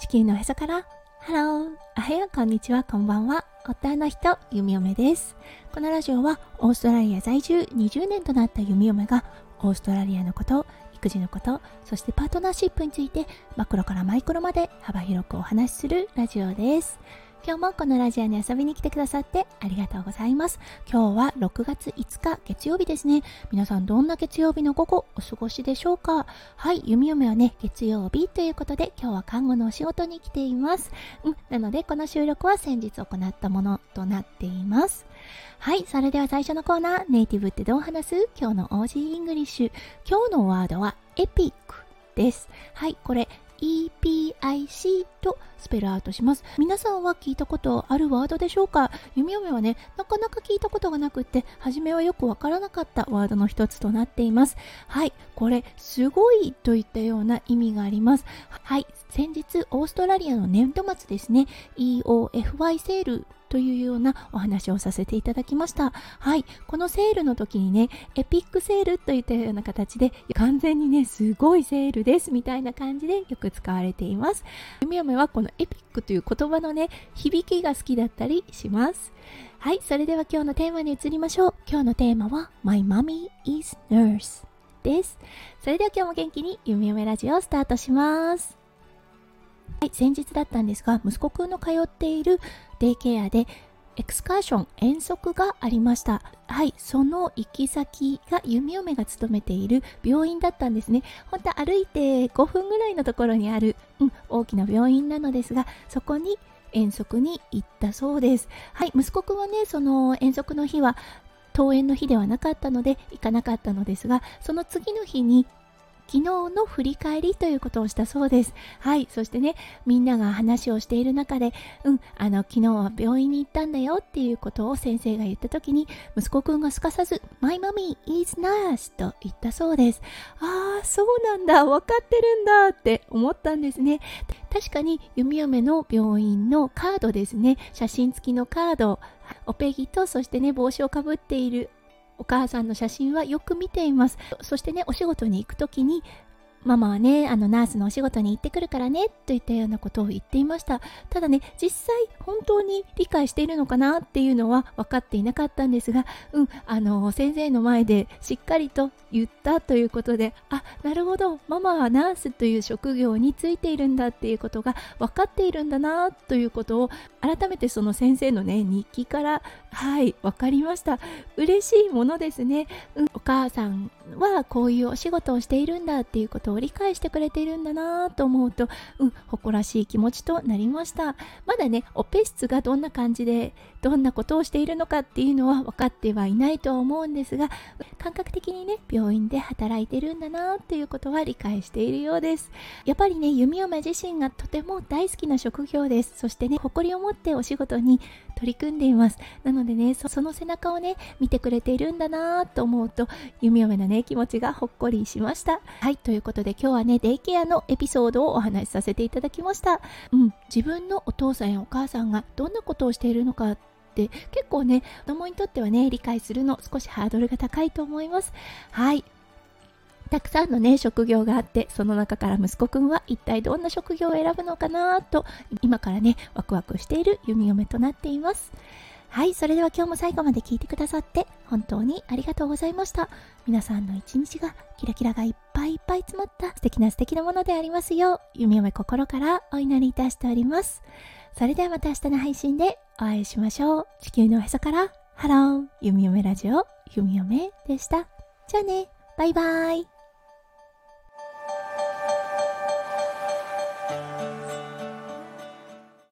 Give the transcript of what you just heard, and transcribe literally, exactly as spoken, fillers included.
地球のへそからハロー、おはよう、こんにちは、こんばんは。夫の人、弓嫁です。このラジオはオーストラリア在住にじゅうねんとなった弓嫁がオーストラリアのこと、育児のこと、そしてパートナーシップについてマクロからマイクロまで幅広くお話しするラジオです。今日もこのラジオに遊びに来てくださってありがとうございます。今日はろくがついつか月曜日ですね。皆さんどんな月曜日の午後お過ごしでしょうか？はい、弓嫁はね、月曜日ということで今日は看護のお仕事に来ています。うん、なのでこの収録は先日行ったものとなっています。はい、それでは最初のコーナー、ネイティブってどう話す？今日の オージー イングリッシュ。今日のワードはエピックです。はい、これイーピーアイシー とスペルアウトします。皆さんは聞いたことあるワードでしょうか？弓嫁はね、なかなか聞いたことがなくって、初めはよくわからなかったワードの一つとなっています。はい、これすごいといったような意味があります。はい、先日オーストラリアの年度末ですね、 イーオーエフワイ セールというようなお話をさせていただきました。はい、このセールの時にね、エピックセールといったような形で、完全にね、すごいセールですみたいな感じでよく使われています。弓嫁はこのエピックという言葉のね、響きが好きだったりします。はい、それでは今日のテーマに移りましょう。今日のテーマは My mommy is nurse です。それでは今日も元気に弓嫁ラジオをスタートします。はい、先日だったんですが、息子くんの通っているデイケアでエクスカーション、遠足がありました。はい、その行き先が弓嫁が勤めている病院だったんですね。本当は歩いてごふんぐらいのところにある、うん、大きな病院なのですが、そこに遠足に行ったそうです。はい、息子くんはね、その遠足の日は登園の日ではなかったので行かなかったのですが、その次の日に昨日の振り返りということをしたそうです。はい、そしてね、みんなが話をしている中で、うん、あの昨日は病院に行ったんだよっていうことを先生が言った時に、息子くんがすかさず My mommy is nurse と言ったそうです。ああ、そうなんだ、分かってるんだって思ったんですね。確かに弓嫁の病院のカードですね、写真付きのカード、おペギとそしてね、帽子をかぶっているお母さんの写真はよく見ています。そしてね、お仕事に行くときに、ママはね、あのナースのお仕事に行ってくるからねといったようなことを言っていました。ただね、実際本当に理解しているのかなっていうのは分かっていなかったんですが、うん、あの先生の前でしっかりと言ったということで、あ、なるほど、ママはナースという職業についているんだっていうことが分かっているんだなということを、改めてその先生のね、日記からはい分かりました。嬉しいものですね。うん、お母さんはこういうお仕事をしているんだっていうことを理解してくれているんだなと思うと、うん、誇らしい気持ちとなりました。まだね、オペ室がどんな感じでどんなことをしているのかっていうのは分かってはいないとは思うんですが、感覚的にね、病院で働いてるんだなっていうことは理解しているようです。やっぱりね、弓嫁自身がとても大好きな職業です。そしてね、誇りを持ってお仕事に取り組んでいます。なのでね、そ, その背中をね、見てくれているんだなと思うと、弓嫁のね、気持ちがほっこりしました。はい、ということで今日はね、デイケアのエピソードをお話しさせていただきました。うん、自分のお父さんやお母さんがどんなことをしているのかって結構ね、子供にとってはね、理解するの少しハードルが高いと思います。はい、たくさんのね、職業があって、その中から息子くんは一体どんな職業を選ぶのかなと、今からね、ワクワクしている弓嫁となっています。はい、それでは今日も最後まで聞いてくださって本当にありがとうございました。皆さんの一日がキラキラがいっぱいいっぱい詰まった素敵な素敵なものでありますよう、弓嫁心からお祈りいたしております。それではまた明日の配信でお会いしましょう。地球のへそからハロー、弓嫁ラジオ、弓嫁でした。じゃあね、バイバイ。